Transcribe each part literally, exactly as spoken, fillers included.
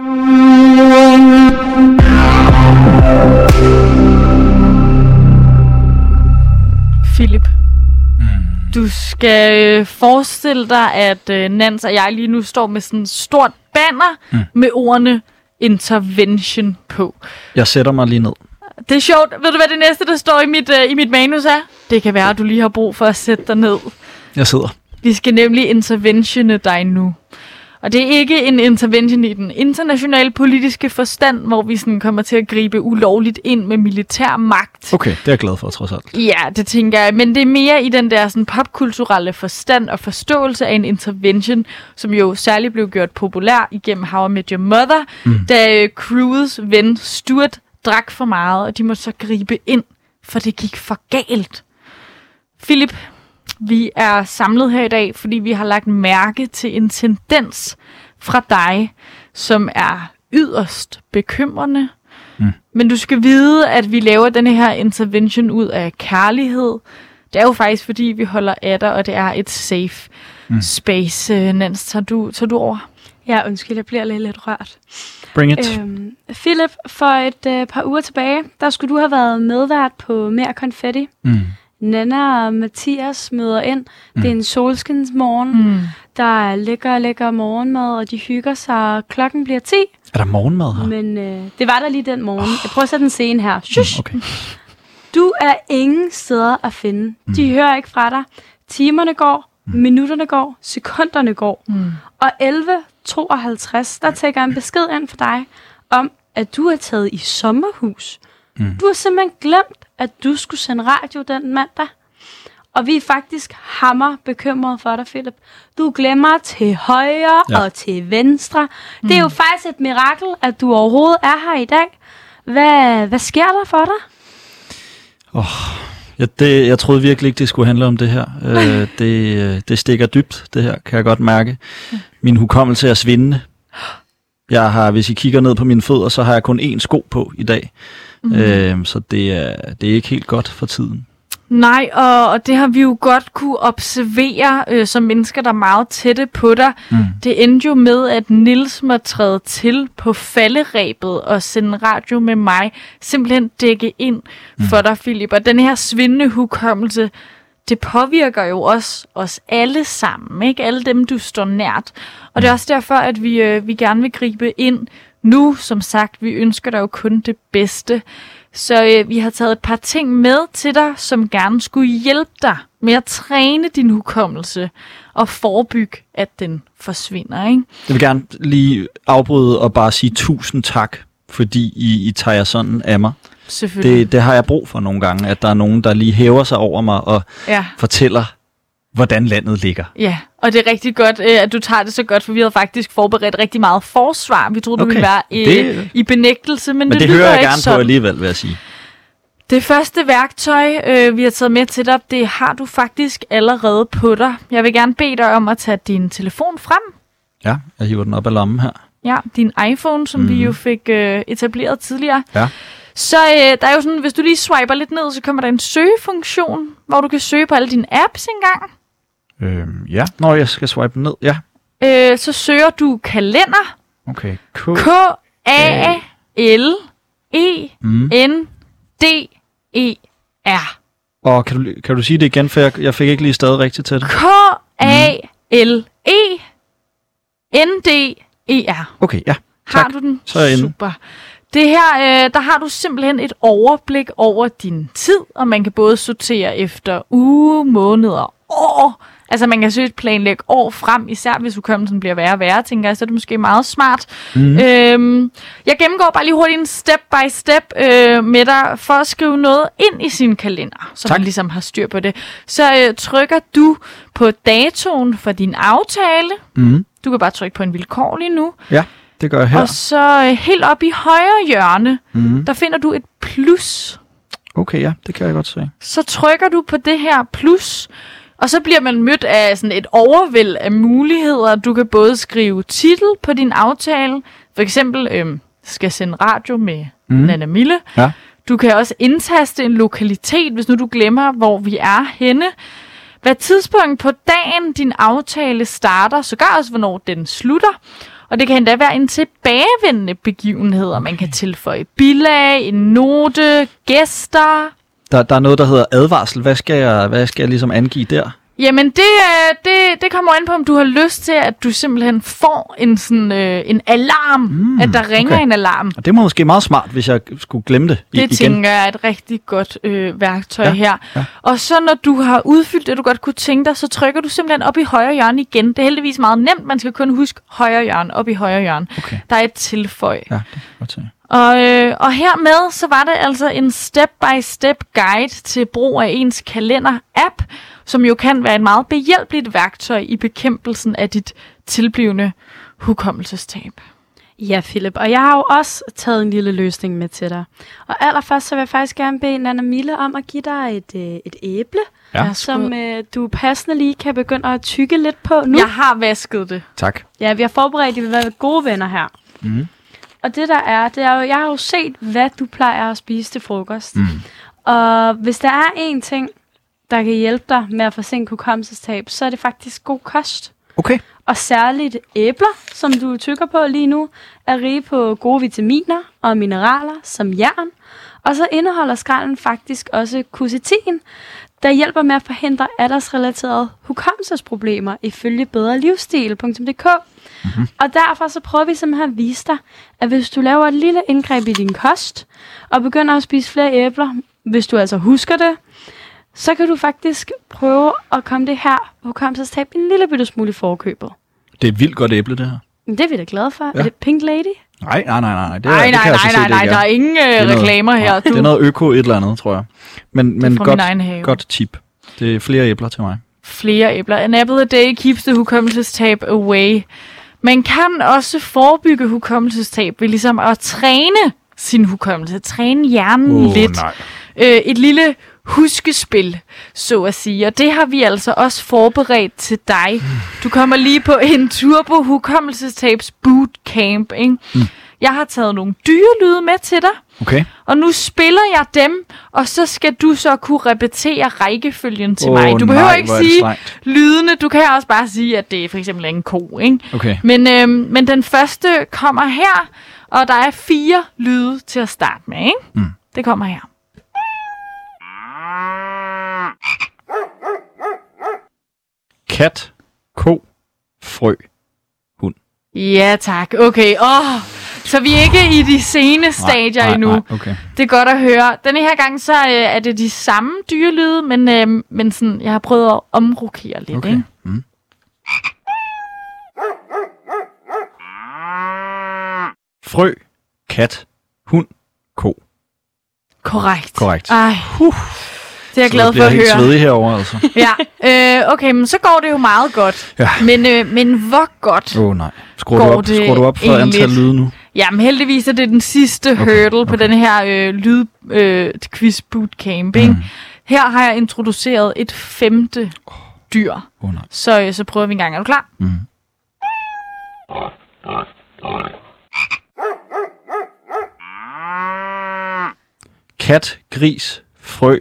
Philip, mm. du skal forestille dig, at Nans og jeg lige nu står med sådan et stort banner mm. med ordene intervention på. Jeg sætter mig lige ned. Det er sjovt. Ved du, hvad det næste, der står i mit, uh, i mit manus er? Det kan være, at du lige har brug for at sætte dig ned. Jeg sidder. Vi skal nemlig interventione dig nu. Og det er ikke en intervention i den internationale politiske forstand, hvor vi sådan kommer til at gribe ulovligt ind med militær magt. Okay, det er jeg glad for, trods alt. Ja, det tænker jeg. Men det er mere i den der sådan, popkulturelle forstand og forståelse af en intervention, som jo særligt blev gjort populær igennem How I Met Your Mother, mm. da uh, Crews ven Stuart drak for meget, og de måtte så gribe ind, for det gik for galt. Philip, vi er samlet her i dag, fordi vi har lagt mærke til en tendens fra dig, som er yderst bekymrende. Mm. Men du skal vide, at vi laver denne her intervention ud af kærlighed. Det er jo faktisk, fordi vi holder af dig, og det er et safe mm. space. Nans, tager du, tager du over? Ja, undskyld, jeg bliver lidt, lidt rørt. Bring it. Øhm, Philip, for et øh, par uger tilbage, der skulle du have været medvært på Mere Konfetti. Mm. Nana og Mathias møder ind. Mm. Det er en solskinsmorgen. Mm. Der er lækker, lækker morgenmad, og de hygger sig, og klokken bliver ti. Er der morgenmad her? Men øh, det var der lige den morgen. Oh. Jeg prøver at sætte den scene her. Shush. Mm, okay. Du er ingen steder at finde. Mm. De hører ikke fra dig. Timerne går, mm. minutterne går, sekunderne går. Mm. Og elleve tooghalvtreds, der tækker en besked ind for dig, om at du er taget i sommerhus. Mm. Du har simpelthen glemt, at du skulle sende radio den mandag. Og vi er faktisk hammer bekymrede for dig, Philip. Du glemmer til højre ja. og til venstre. Mm. Det er jo faktisk et mirakel, at du overhovedet er her i dag. Hvad, hvad sker der for dig? Oh, ja, det, jeg troede virkelig ikke, det skulle handle om det her. uh, det, det stikker dybt, det her, kan jeg godt mærke. Min hukommelse er svindende. Jeg har, hvis I kigger ned på mine fødder, så har jeg kun én sko på i dag. Mm. Øhm, så det er, det er ikke helt godt for tiden. Nej, og, og det har vi jo godt kunne observere øh, som mennesker, der er meget tætte på dig. Mm. Det endte jo med, at Niels må træde til på falderebet og sende radio med mig. Simpelthen dække ind mm. for dig, Philip. Og den her svindende hukommelse, det påvirker jo også os alle sammen, ikke? Alle dem, du står nært. Og det er også derfor, at vi, øh, vi gerne vil gribe ind nu. Som sagt, vi ønsker dig jo kun det bedste. Så øh, vi har taget et par ting med til dig, som gerne skulle hjælpe dig med at træne din hukommelse og forebygge, at den forsvinder, ikke? Jeg vil gerne lige afbryde og bare sige tusind tak, fordi I, I tager sådan af mig. Det, det har jeg brug for nogle gange, at der er nogen, der lige hæver sig over mig og ja. fortæller, hvordan landet ligger. Ja, og det er rigtig godt, at du tager det så godt, for vi havde faktisk forberedt rigtig meget forsvar. Vi troede, okay. du ville være i, det, i benægtelse, men, men det, det hører jeg ikke gerne sådan. på alligevel, vil jeg sige. Det første værktøj, øh, vi har taget med til dig, det har du faktisk allerede på dig. Jeg vil gerne bede dig om at tage din telefon frem. Ja, jeg hiver den op af lommen her. Ja, din iPhone, som mm. vi jo fik øh, etableret tidligere. Ja. Så øh, der er jo sådan, hvis du lige swiper lidt ned, så kommer der en søgefunktion, hvor du kan søge på alle dine apps engang. Øhm, ja, når jeg skal swipe ned, ja. Øh, så søger du kalender. Okay, K A L E N D E R. Og kan du, kan du sige det igen, for jeg, jeg fik ikke lige stadig rigtigt til det. K A L E N D E R. Okay, ja. Tak. Har du den? Så er jeg inde. Super. Det her, øh, der har du simpelthen et overblik over din tid, og man kan både sortere efter uge, måneder, år. Altså man kan søge planlægge år frem, især hvis hukommelsen bliver værre og værre, tænker jeg, så er det måske meget smart. Mm. Øhm, jeg gennemgår bare lige hurtigt en step by step øh, med dig, for at skrive noget ind i sin kalender, så tak. Man ligesom har styr på det. Så øh, trykker du på datoen for din aftale. Mm. Du kan bare trykke på en vilkårlig nu. Ja. Det gør jeg her. Og så øh, helt op i højre hjørne, mm. der finder du et plus. Okay, ja, det kan jeg godt se. Så trykker du på det her plus, og så bliver man mødt af sådan et overvæld af muligheder. Du kan både skrive titel på din aftale, for eksempel øh, skal sende radio med mm. Nana Mille. Ja. Du kan også indtaste en lokalitet, hvis nu du glemmer, hvor vi er henne. Hvad tidspunkt på dagen din aftale starter, sågar også hvornår den slutter. Og det kan endda være en tilbagevendende begivenhed, og man kan tilføje bilag, en note, gæster. Der, der er noget, der hedder advarsel. Hvad skal jeg, hvad skal jeg ligesom angive der? Jamen, det, det, det kommer an på, om du har lyst til, at du simpelthen får en, sådan, øh, en alarm, mm, at der ringer okay. en alarm. Og det er måske meget smart, hvis jeg skulle glemme det i, Det igen. tænker jeg er et rigtig godt øh, værktøj ja, her. Ja. Og så når du har udfyldt det, du godt kunne tænke dig, så trykker du simpelthen op i højre hjørne igen. Det er heldigvis meget nemt, man skal kun huske højre hjørne, op i højre hjørne. Okay. Der er et tilføj. Ja, det kan godt se. Og, øh, og hermed så var det altså en step-by-step guide til brug af ens kalender-app, som jo kan være et meget behjælpeligt værktøj i bekæmpelsen af dit tilblivende hukommelsestab. Ja, Philip, og jeg har jo også taget en lille løsning med til dig. Og allerførst så vil jeg faktisk gerne bede Nana Mille om at give dig et, øh, et æble, ja. som øh, du passende lige kan begynde at tygge lidt på nu. Jeg har vasket det. Tak. Ja, vi har forberedt, at vi vil være gode venner her. Mm. Og det der er, det er jo, jeg har jo set, hvad du plejer at spise til frokost. Mm. Og hvis der er en ting, der kan hjælpe dig med at forsinke hukommelsestab, så er det faktisk god kost. Okay. Og særligt æbler, som du tykker på lige nu, er rige på gode vitaminer og mineraler som jern. Og så indeholder skralden faktisk også quercetin, der hjælper med at forhindre aldersrelaterede hukommelsesproblemer ifølge bedre livsstil punktum d k. Mm-hmm. Og derfor så prøver vi simpelthen at vise dig, at hvis du laver et lille indgreb i din kost, og begynder at spise flere æbler, hvis du altså husker det, så kan du faktisk prøve at komme det her hukommelsestab en lille bitte smule i forkøbet. Det er et vildt godt æble, det her. Det er vi da glade for. Ja. Er det Pink Lady? Nej, nej, nej, nej. Det er, nej, det nej, kan nej, jeg nej, se, nej, det der er ingen øh, reklamer noget, her. Du... Det er noget øko et eller andet, tror jeg. Men, men godt, godt tip. Det er flere æbler til mig. Flere æbler. An apple a day keeps the hukommelsestab away. Man kan også forebygge hukommelsestab ved ligesom at træne sin hukommelse. Træne hjernen oh, lidt. Øh, et lille huskespil, så at sige. Og det har vi altså også forberedt til dig. Du kommer lige på en turbo hukommelsestabs bootcamp, ikke? Mm. Jeg har taget nogle dyrelyde med til dig. Okay. Og nu spiller jeg dem, og så skal du så kunne repetere rækkefølgen til oh, mig. Du behøver nej, ikke sige lydene. Du kan også bare sige, at det er for eksempel en ko, ikke? Okay. Men, øhm, men den første kommer her, og der er fire lyde til at starte med, ikke? Mm. Det kommer her. Kat, ko, frø, hund. Ja, tak. Okay. Åh, oh, så vi er ikke i de sene stadier nej, endnu. Nej, okay. Det er godt at høre. Denne her gang, så øh, er det de samme dyrelyde, men, øh, men sådan, jeg har prøvet at omrokere lidt, okay. ikke? Mm. Frø, kat, hund, ko. Korrekt. Korrekt. Ej, uh, det er jeg så glad for at høre. Så helt svedig herovre, altså. Ja, øh, okay, men så går det jo meget godt. Ja. Men, øh, men hvor godt Åh oh, nej. Skruer du op, skruer du op for antal lyde nu? Jamen heldigvis er det den sidste okay, hurdle okay. på den her øh, lyd-quiz øh, bootcamp. Mm. Her har jeg introduceret et femte oh. dyr. Oh, nej. Så, øh, så prøver vi en gang. Er du klar? Mm. Kat, gris, frø,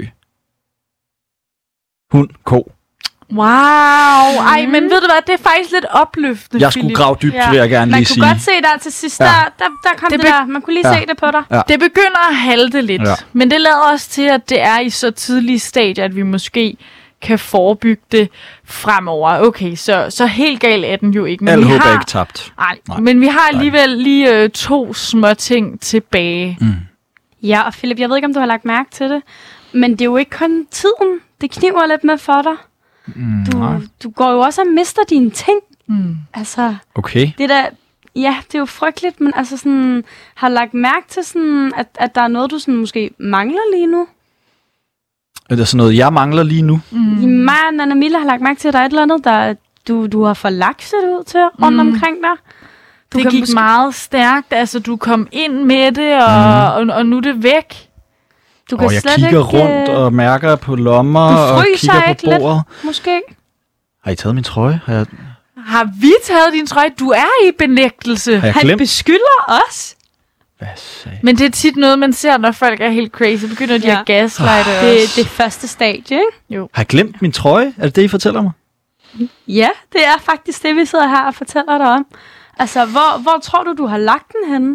hund, ko. Wow. Ej, men ved du hvad, det er faktisk lidt opløftende, Jeg skulle grave dybt, ja. vil jeg gerne man lige sige. Man kunne godt se der til sidst, ja. der, der, der kom det, det der. Man kunne lige ja. se det på dig. Ja. Det begynder at halte lidt, ja. men det lader også til, at det er i så tidlige stadier, at vi måske kan forebygge det fremover. Okay, så, så helt galt er den jo ikke. Men Al vi håb har, er ikke tabt. Nej, men vi har alligevel lige øh, to små ting tilbage. Mm. Ja, og Philip, jeg ved ikke, om du har lagt mærke til det, men det er jo ikke kun tiden. Det kniver lidt med for dig. Mm, du, du går jo også og mister dine ting. Mm. Altså, okay. Det der, ja, det er jo frygteligt, men altså sådan, har lagt mærke til sådan, at, at der er noget, du sådan måske mangler lige nu? Er det sådan noget, jeg mangler lige nu? Mm. Mig og Nana Mille har lagt mærke til, at der er et eller andet, der du, du har forlagt det ud til rundt mm. omkring dig. Du det gik måske... meget stærkt, altså du kom ind med det, og, mm. og, og nu er det væk. Du kan og jeg slet kigger ikke... rundt og mærker på lommer og kigger på bordet. Lidt, måske. Har I taget min trøje? Har, jeg... har vi taget din trøje? Du er i benægtelse. Har Han beskylder os. Hvad sagde? Men det er tit noget, man ser, når folk er helt crazy. Begynder de ja. at gaslighte oh. det, det er første stadie, ikke? Jo. Har jeg glemt min trøje? Er det det, I fortæller mig? Ja, det er faktisk det, vi sidder her og fortæller dig om. Altså, hvor, hvor tror du, du har lagt den henne?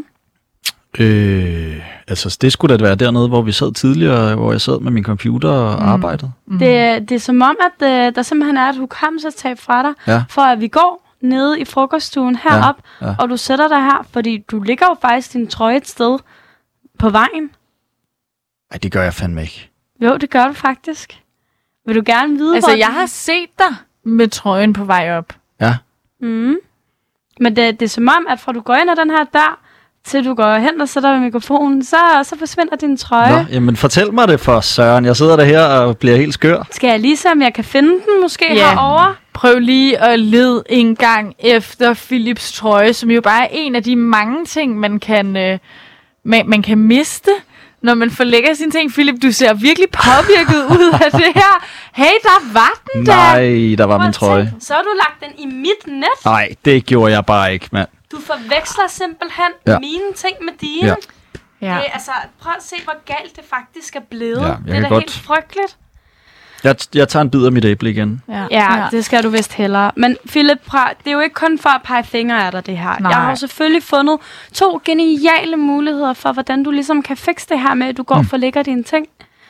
Øh, altså, det skulle da være dernede, hvor vi sad tidligere, hvor jeg sad med min computer og mm. arbejdede. Mm. Det, det er som om, at uh, der simpelthen er et hukommelsestab fra dig, ja. for at vi går nede i frokoststuen herop, ja, ja. og du sætter dig her, fordi du ligger jo faktisk din trøje et sted på vejen. Nej, det gør jeg fandme ikke. Jo, det gør du faktisk. Vil du gerne vide, altså, hvor jeg den... har set dig med trøjen på vej op. Ja. Mm. Men det, det er som om, at fra du går ind ad den her dør, til du går hen og sætter ved mikrofonen, så, så forsvinder din trøje. Nå, jamen fortæl mig det for Søren. Jeg sidder der her og bliver helt skør. Skal jeg lige se, om jeg kan finde den måske ja. herovre? Prøv lige at lede en gang efter Philips trøje, som jo bare er en af de mange ting, man kan, øh, man, man kan miste, når man forlægger sine ting. Philip, du ser virkelig påvirket ud af det her. Hey, der var den der. Nej, der var min trøje. Så har du lagt den i mit net. Nej, det gjorde jeg bare ikke, mand. Du forveksler simpelthen ja. mine ting med dine. Ja. Ja. Det, altså, prøv at se, hvor galt det faktisk er blevet. Ja, det er da godt... helt frygteligt. Jeg, jeg tager en bid af mit æble igen. Ja. Ja, ja, det skal du vist hellere. Men Philip, det er jo ikke kun for at pege fingre af dig, det her. Nej. Jeg har jo selvfølgelig fundet to geniale muligheder for, hvordan du ligesom kan fikse det her med, at du går og forlægger dine ting.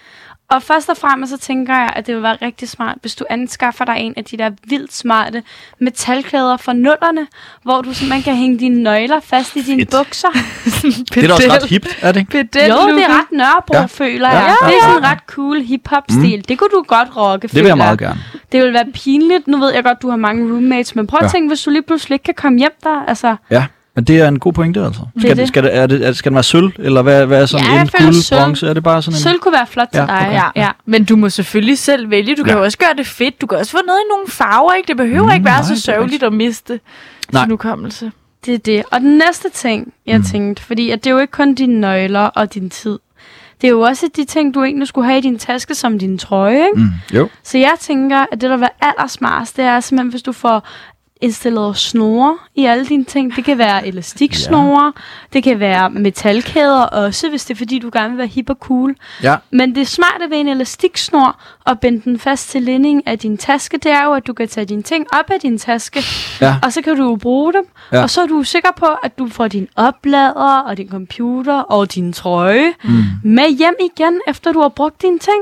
Og først og fremmest så tænker jeg, at det vil være rigtig smart, hvis du anskaffer dig en af de der vildt smarte metalklæder fra nullerne, hvor du simpelthen kan hænge dine nøgler fast i dine Fedt. bukser. Det er da også ret hipt, er det ikke? Pedel, jo, det er ret Nørrebro, ja. føler jeg. Ja, ja, ja. Det er sådan en ret cool hip-hop-stil. Mm. Det kunne du godt rocke, det vil jeg meget gerne. Det vil være pinligt. Nu ved jeg godt, du har mange roommates, men prøv at ja. tænke, hvis du lige pludselig ikke kan komme hjem der. Altså. Ja. Men det er en god pointe, altså. Skal, det det. Skal, det, er det, er det, skal den være sølv, eller hvad, hvad er sådan ja, en guld, bronze? Er det bare sådan en... Sølv kunne være flot til ja, dig, okay. ja. ja. Men du må selvfølgelig selv vælge. Du kan ja. jo også gøre det fedt. Du kan også få noget i nogle farver, ikke? Det behøver mm, ikke være nej, så sørgeligt at miste sin hukommelse. Det er det. Og den næste ting, jeg mm. tænkte, fordi at det er jo ikke kun dine nøgler og din tid. Det er jo også de ting, du egentlig skulle have i din taske som din trøje, ikke? Mm, jo. Så jeg tænker, at det, der vil være allersmartest, det er simpelthen, hvis du får installeret snore i alle dine ting. Det kan være elastiksnore, ja. det kan være metalkæder også, hvis det er fordi, du gerne vil være hip og cool. Ja. Men det smarte ved en elastiksnor og binde den fast til linningen af din taske, det er jo, at du kan tage dine ting op af din taske, ja. og så kan du jo bruge dem. Ja. Og så er du sikker på, at du får din oplader og din computer og din trøje mm. med hjem igen, efter du har brugt dine ting.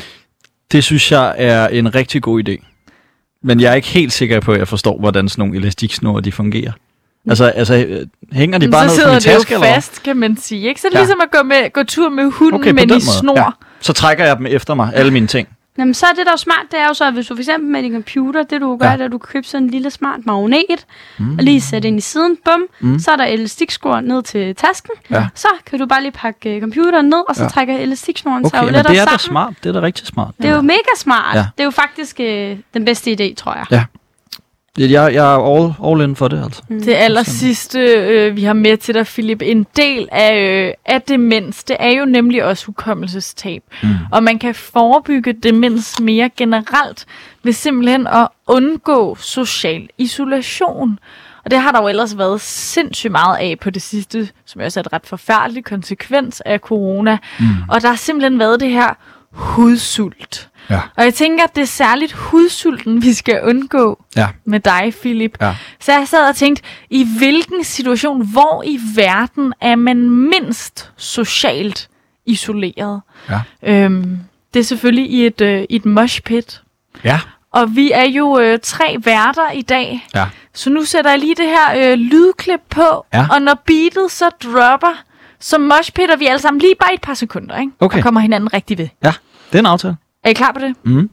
Det synes jeg er en rigtig god idé. Men jeg er ikke helt sikker på, at jeg forstår, hvordan sådan nogle elastiksnore, de fungerer. Altså, altså hænger de bare ned på min taske? Så sidder det jo fast, kan man sige. Ikke? Så er det ja. ligesom at gå, med, gå tur med hunden, okay, men i snor. Ja. Så trækker jeg dem efter mig, alle mine ting. Jamen, så er det der jo smart, det er jo så, at hvis du for eksempel med din computer, det du gør, ja. det er, at du køber sådan en lille smart magnet, mm. og lige sætte ind i siden, bum, mm. så er der elastikskor ned til tasken, ja. så kan du bare lige pakke uh, computeren ned, og så ja. trækker elastiksnoren okay, sig jo lettere sammen. Det er da smart, det er da rigtig smart. Det er ja. jo mega smart. Ja. Det er jo faktisk uh, den bedste idé, tror jeg. Ja. Jeg, jeg er all, all in for det, altså. Mm. Det aller sidste, øh, vi har med til dig, Philip, en del af, øh, af demens, det er jo nemlig også hukommelsestab. Mm. Og man kan forebygge demens mere generelt ved simpelthen at undgå social isolation. Og det har der jo ellers været sindssygt meget af på det sidste, som også er et ret forfærdeligt konsekvens af corona. Mm. Og der har simpelthen været det her hudsult. Ja. Og jeg tænker, at det er særligt hudsulten, vi skal undgå ja. med dig, Philip. Ja. Så jeg sad og tænkte, i hvilken situation, hvor i verden er man mindst socialt isoleret? Ja. Øhm, det er selvfølgelig i et, øh, i et moshpit. Ja. Og vi er jo øh, tre værter i dag. Ja. Så nu sætter jeg lige det her øh, lydklip på, ja. og når beatet så dropper, så moshpitter vi alle sammen lige bare i et par sekunder, ikke? Okay. Og kommer hinanden rigtig ved. Ja, det er en aftale. Er I klar på det? Mm.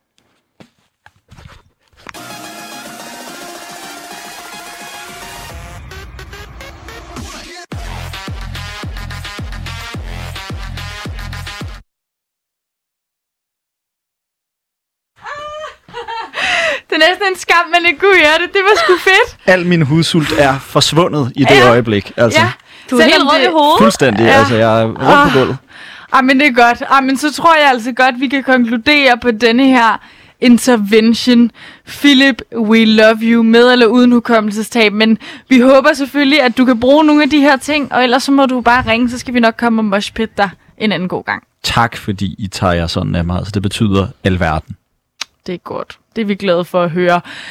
Det er næsten en skam, man ikke kunne høre det. Det var sgu fedt. Al min hudsult er forsvundet i det ja. øjeblik. Altså. Ja, du er helt rød i hovedet. Fuldstændig, ja. altså jeg er rundt oh. på gulvet. Ah, men det er godt. Ah, men så tror jeg altså godt, vi kan konkludere på denne her intervention. Philip, we love you, med eller uden hukommelsestab, men vi håber selvfølgelig, at du kan bruge nogle af de her ting, og ellers så må du bare ringe, så skal vi nok komme og moshpit dig en anden god gang. Tak, fordi I tager jer sådan af mig. Altså, det betyder alverden. Det er godt. Det er vi glade for at høre.